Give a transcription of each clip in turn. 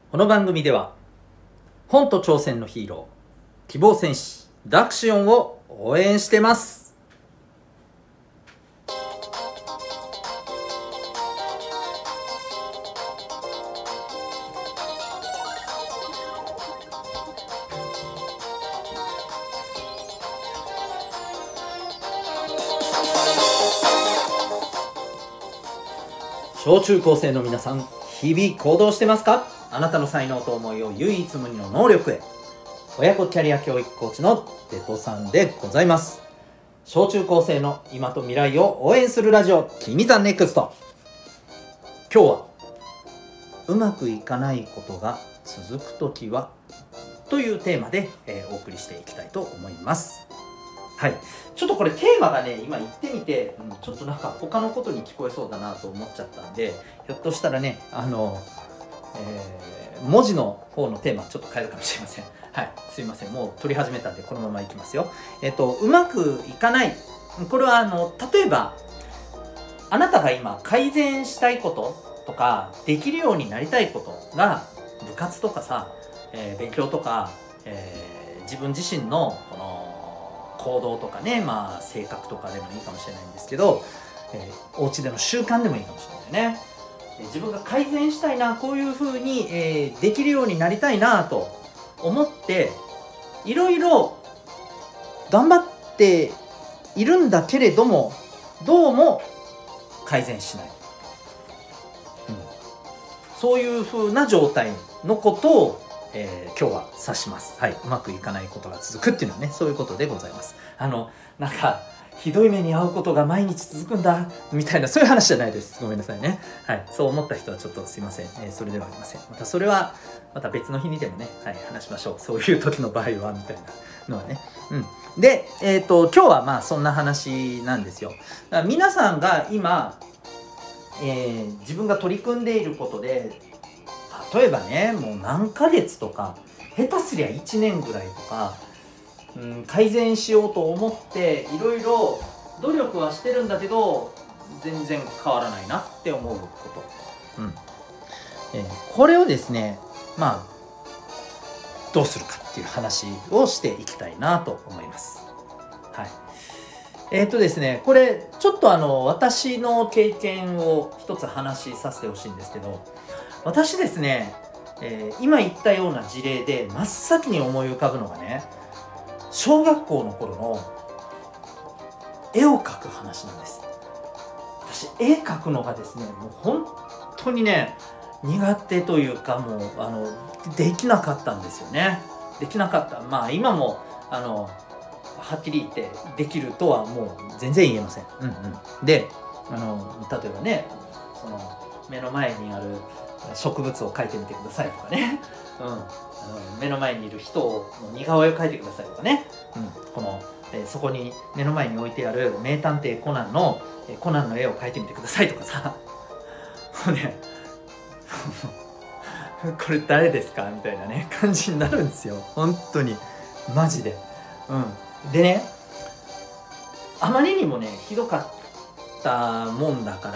この番組では本と挑戦のヒーロー希望戦士ダクシオンを応援してます。小中高生の皆さん、日々行動してますか？あなたの才能と思いを唯一無二の能力へ。親子キャリア教育コーチのデポさんでございます。小中高生の今と未来を応援するラジオ、君ザネクスト。今日はうまくいかないことが続くときはというテーマで、お送りしていきたいと思います。はい、ちょっとこれテーマがね、今言ってみて、ちょっとなんか他のことに聞こえそうだなと思っちゃったんで、ひょっとしたらね、文字の方のテーマちょっと変えるかもしれません。はい、すいません。もう撮り始めたんでこのままいきますよ。うまくいかない。これは例えばあなたが今改善したいこととかできるようになりたいことが部活とかさ、勉強とか、自分自身のこの行動とかね、性格とかでもいいかもしれないんですけど、お家での習慣でもいいかもしれないね。自分が改善したいな、こういう風に、できるようになりたいなと思っていろいろ頑張っているんだけれども、どうも改善しない、そういう風な状態のことを今日は指します。はい、うまくいかないことが続くっていうのはね、そういうことでございます。なんかひどい目に遭うことが毎日続くんだみたいな、そういう話じゃないです。ごめんなさいね。はい、そう思った人はちょっとすいません。それではありません。またそれはまた別の日にでもね、はい、話しましょう。そういう時の場合はみたいなのはね。で、今日はそんな話なんですよ。だから皆さんが今、自分が取り組んでいることで、例えばね、もう何ヶ月とか下手すりゃ1年ぐらいとか、改善しようと思っていろいろ努力はしてるんだけど全然変わらないなって思うこと、これをですね、どうするかっていう話をしていきたいなと思います。はい。ですね、これちょっと私の経験を一つ話しさせてほしいんですけど、私ですね、今言ったような事例で真っ先に思い浮かぶのがね、小学校の頃の絵を描く話なんです。私絵描くのがですね、もう本当にね苦手というか、もうできなかったんですよね。できなかった。今もはっきり言ってできるとはもう全然言えません。で、例えばね、その目の前にある植物を描いてみてくださいとかね、目の前にいる人の似顔絵を描いてくださいとかね、そこに目の前に置いてある名探偵コナンのコナンの絵を描いてみてくださいとかさ、もうねこれ誰ですかみたいなね感じになるんですよ。本当にマジで。でね、あまりにもねひどかったもんだから、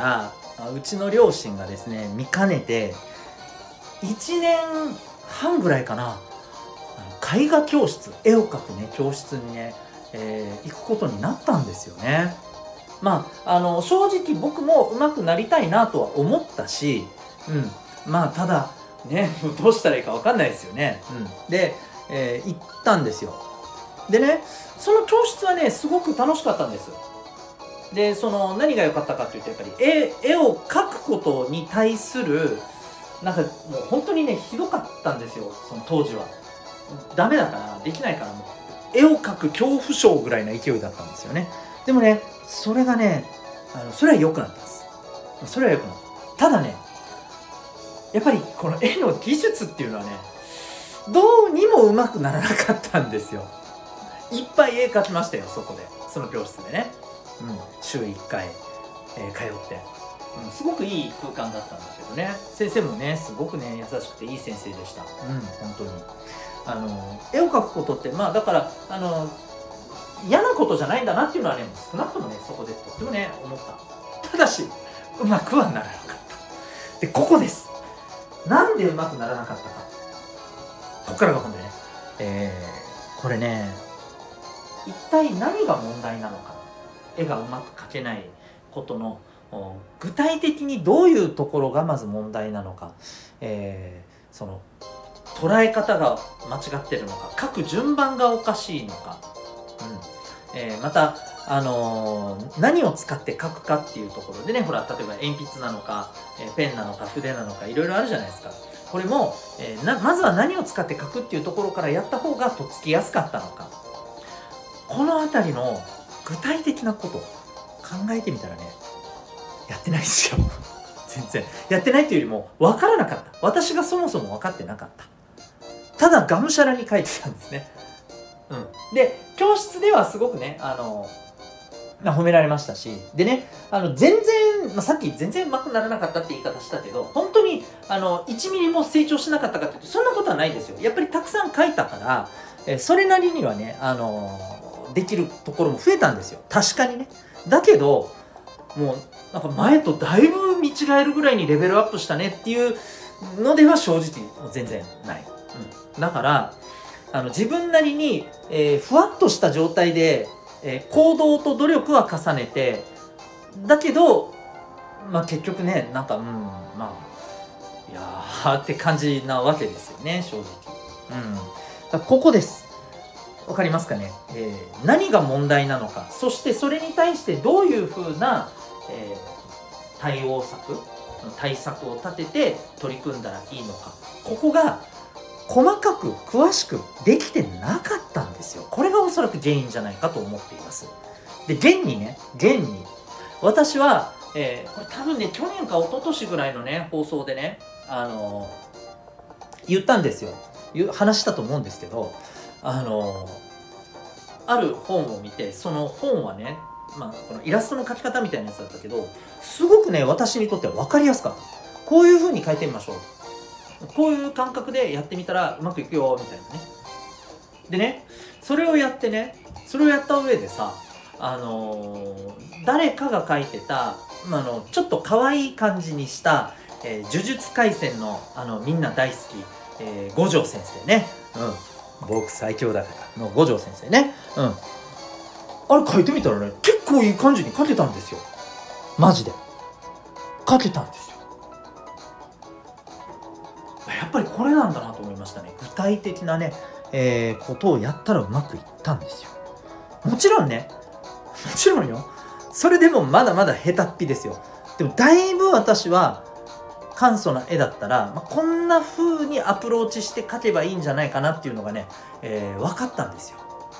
うちの両親がですね見かねて1年半ぐらいかな、絵画教室、絵を描くね教室にね、行くことになったんですよね。正直僕も上手くなりたいなとは思ったし、ただねどうしたらいいか分かんないですよね。で、行ったんですよ。でね、その教室はねすごく楽しかったんです。で、何が良かったかっていうと、やっぱり絵を描くことに対するなんかもう本当にねひどかったんですよ。その当時はダメだからできないから、もう絵を描く恐怖症ぐらいな勢いだったんですよね。でもね、それがねそれは良くなったんです。それは良くなった。ただね、やっぱりこの絵の技術っていうのはねどうにも上手くならなかったんですよ。いっぱい絵描きましたよ、そこで、その教室でね。週1回、通って、すごくいい空間だったんだけどね、先生もねすごくね優しくていい先生でした。本当に絵を描くことって、だから嫌なことじゃないんだなっていうのはね、少なくともねそこでとってもね思った。ただしうまくはならなかった。で、ここです。なんなんでうまくならなかったか、ここからが本題ね。これね、一体何が問題なのか、絵がうまく描けないことの具体的にどういうところがまず問題なのか、その捉え方が間違ってるのか、書く順番がおかしいのか、また何を使って書くかっていうところでね、ほら例えば鉛筆なのか、ペンなのか筆なのかいろいろあるじゃないですか。これも、まずは何を使って書くっていうところからやった方がとっつきやすかったのか、このあたりの具体的なことを考えてみたらね、やってないですよ全然やってないというよりも分からなかった。私がそもそも分かってなかった。ただがむしゃらに書いてたんですね。で教室ではすごくね褒められましたし、でね全然、さっき全然うまくならなかったって言い方したけど、本当に1ミリも成長しなかったかっていうとそんなことはないんですよ。やっぱりたくさん書いたから、それなりにはねできるところも増えたんですよ、確かにね。だけどもうなんか前とだいぶ見違えるぐらいにレベルアップしたねっていうのでは正直全然ない。だから自分なりに、ふわっとした状態で、行動と努力は重ねて、だけど結局ねいやーって感じなわけですよね、正直。だからここです。わかりますかね、何が問題なのか、そしてそれに対してどういうふうな、対策を立てて取り組んだらいいのか、ここが細かく詳しくできてなかったんですよ。これがおそらく原因じゃないかと思っています。で現に私は、これ多分ね去年か一昨年ぐらいのね放送でね言ったんですよ。話したと思うんですけど、ある本を見て、その本はねこのイラストの描き方みたいなやつだったけど、すごくね私にとっては分かりやすかった。こういう風に描いてみましょう、こういう感覚でやってみたらうまくいくよみたいなね。でねそれをやった上でさ誰かが描いてたちょっと可愛い感じにした、呪術廻戦のみんな大好き、五条先生ね、僕最強だからの五条先生ね、あれ描いてみたらね結構いい感じに描けたんですよ。マジで描けたんですよ。やっぱりこれなんだなと思いましたね。具体的なね、ことをやったらうまくいったんですよ。もちろんよ。それでもまだまだ下手っぴですよ。でもだいぶ私は簡素な絵だったら、こんな風にアプローチして描けばいいんじゃないかなっていうのがね、分かったんですよ。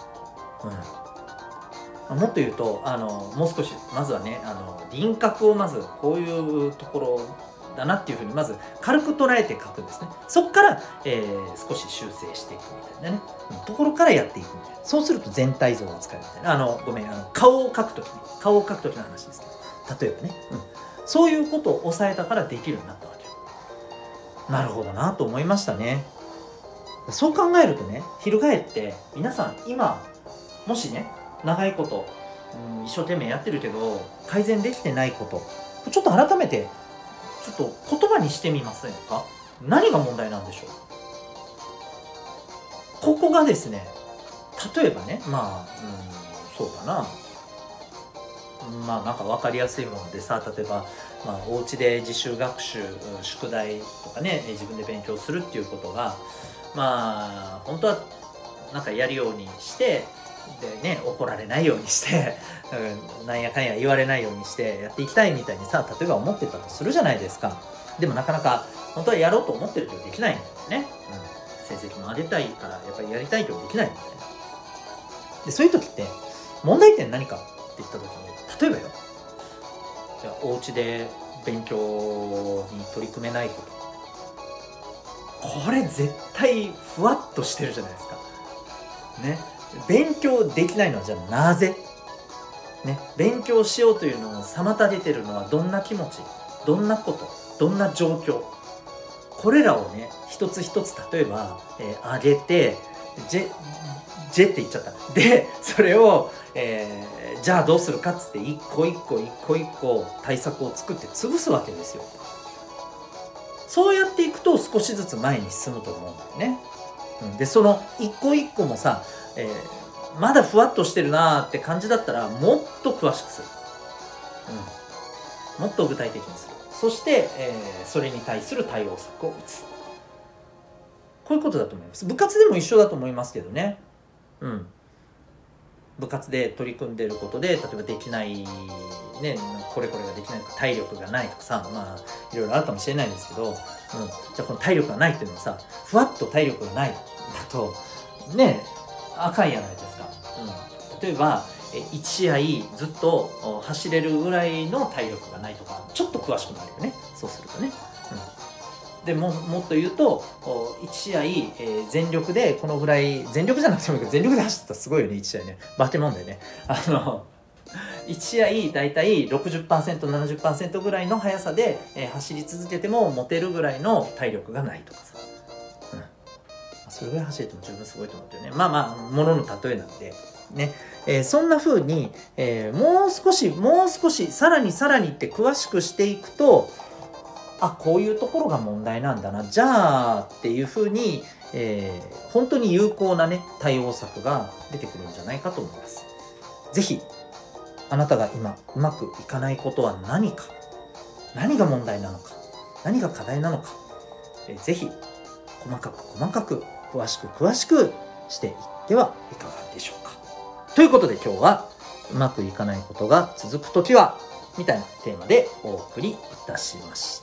もっと言うともう少しまずはね輪郭をまずこういうところだなっていうふうにまず軽く捉えて描くんですね。そっから、少し修正していくみたいなね、ところからやっていくみたいな。そうすると全体像が使えるみたいな。顔を描くときの話ですね。例えばね、そういうことを抑えたからできるようになったわけよ。なるほどなと思いましたね。そう考えるとね、翻って皆さん今もしね長いこと、一生懸命やってるけど改善できてないこと、ちょっと改めてちょっと言葉にしてみませんか？何が問題なんでしょう？ここがですね、例えばね、そうだな、なんか分かりやすいものでさ、例えば、お家で自習学習、宿題とかね、自分で勉強するっていうことが、本当はなんかやるようにして、でね、怒られないようにして、なんやかんや言われないようにしてやっていきたいみたいにさ、例えば思ってたとするじゃないですか。でもなかなか本当はやろうと思ってるけどできないんだよね。成績も上げたいからやっぱりやりたいけどできないみたいな。でそういう時って問題点何かって言った時に、例えばよ、お家で勉強に取り組めないこと、これ絶対ふわっとしてるじゃないですかね。勉強できないのはじゃあなぜね、勉強しようというのを妨げてるのはどんな気持ち、どんなこと、どんな状況、これらをね一つ一つ例えば、上げてジェって言っちゃった。でそれを、じゃあどうするかっつって一個一個対策を作って潰すわけですよ。 そうやっていくと少しずつ前に進むと思うんだよね。でその一個一個もさ、まだふわっとしてるなーって感じだったらもっと詳しくする、もっと具体的にする。そして、それに対する対応策を打つ。こういうことだと思います。部活でも一緒だと思いますけどね。部活で取り組んでることで、例えばできないね、これができないとか、体力がないとかさ、まあいろいろあるかもしれないんですけど、じゃあこの体力がないっていうのはさ、ふわっと体力がないだとね、あかんやないですか。例えば1試合ずっと走れるぐらいの体力がないとか、ちょっと詳しくなるよね、そうするとね。でもっと言うと1試合、全力でこのぐらい、全力じゃなくてもいいけど全力で走ってたらすごいよね。1試合ね、化け物だよね。1試合だいたい 60%、70% ぐらいの速さで、走り続けても持てるぐらいの体力がないとかさ、それぐらい走れても十分すごいと思うんだよね。まあ物の例えなんでね、そんな風に、もう少しさらにって詳しくしていくと、こういうところが問題なんだな、じゃあっていう風に、本当に有効なね対応策が出てくるんじゃないかと思います。ぜひあなたが今うまくいかないことは何か、何が問題なのか、何が課題なのか、ぜひ細かく詳しくしていってはいかがでしょうか。ということで今日はうまくいかないことが続くときはみたいなテーマでお送りいたしました。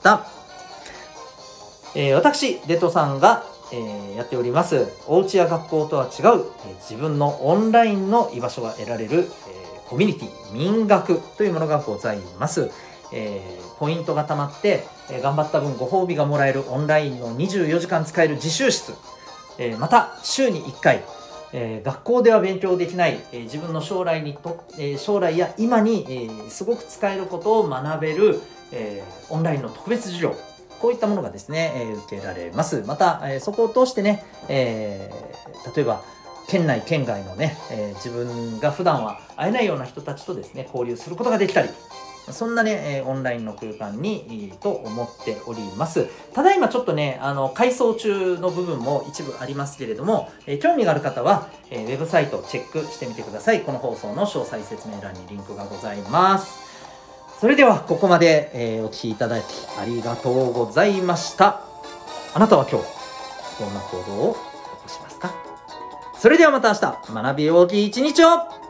私デトさんが、やっておりますお家や学校とは違う、自分のオンラインの居場所が得られる、コミュニティ民学というものがございます。ポイントがたまって、頑張った分ご褒美がもらえるオンラインの24時間使える自習室、また週に1回、学校では勉強できない、自分の将来や今に、すごく使えることを学べる、オンラインの特別授業、こういったものがですね、受けられます。また、そこを通してね、例えば県内県外のね、自分が普段は会えないような人たちとですね交流することができたり、そんなね、オンラインの空間にと思っております。ただいまちょっとね、改装中の部分も一部ありますけれども、興味がある方は、ウェブサイトをチェックしてみてください。この放送の詳細説明欄にリンクがございます。それではここまで、お聞きいただきありがとうございました。あなたは今日どんな行動を起こしますか？それではまた明日、学び大きい一日を。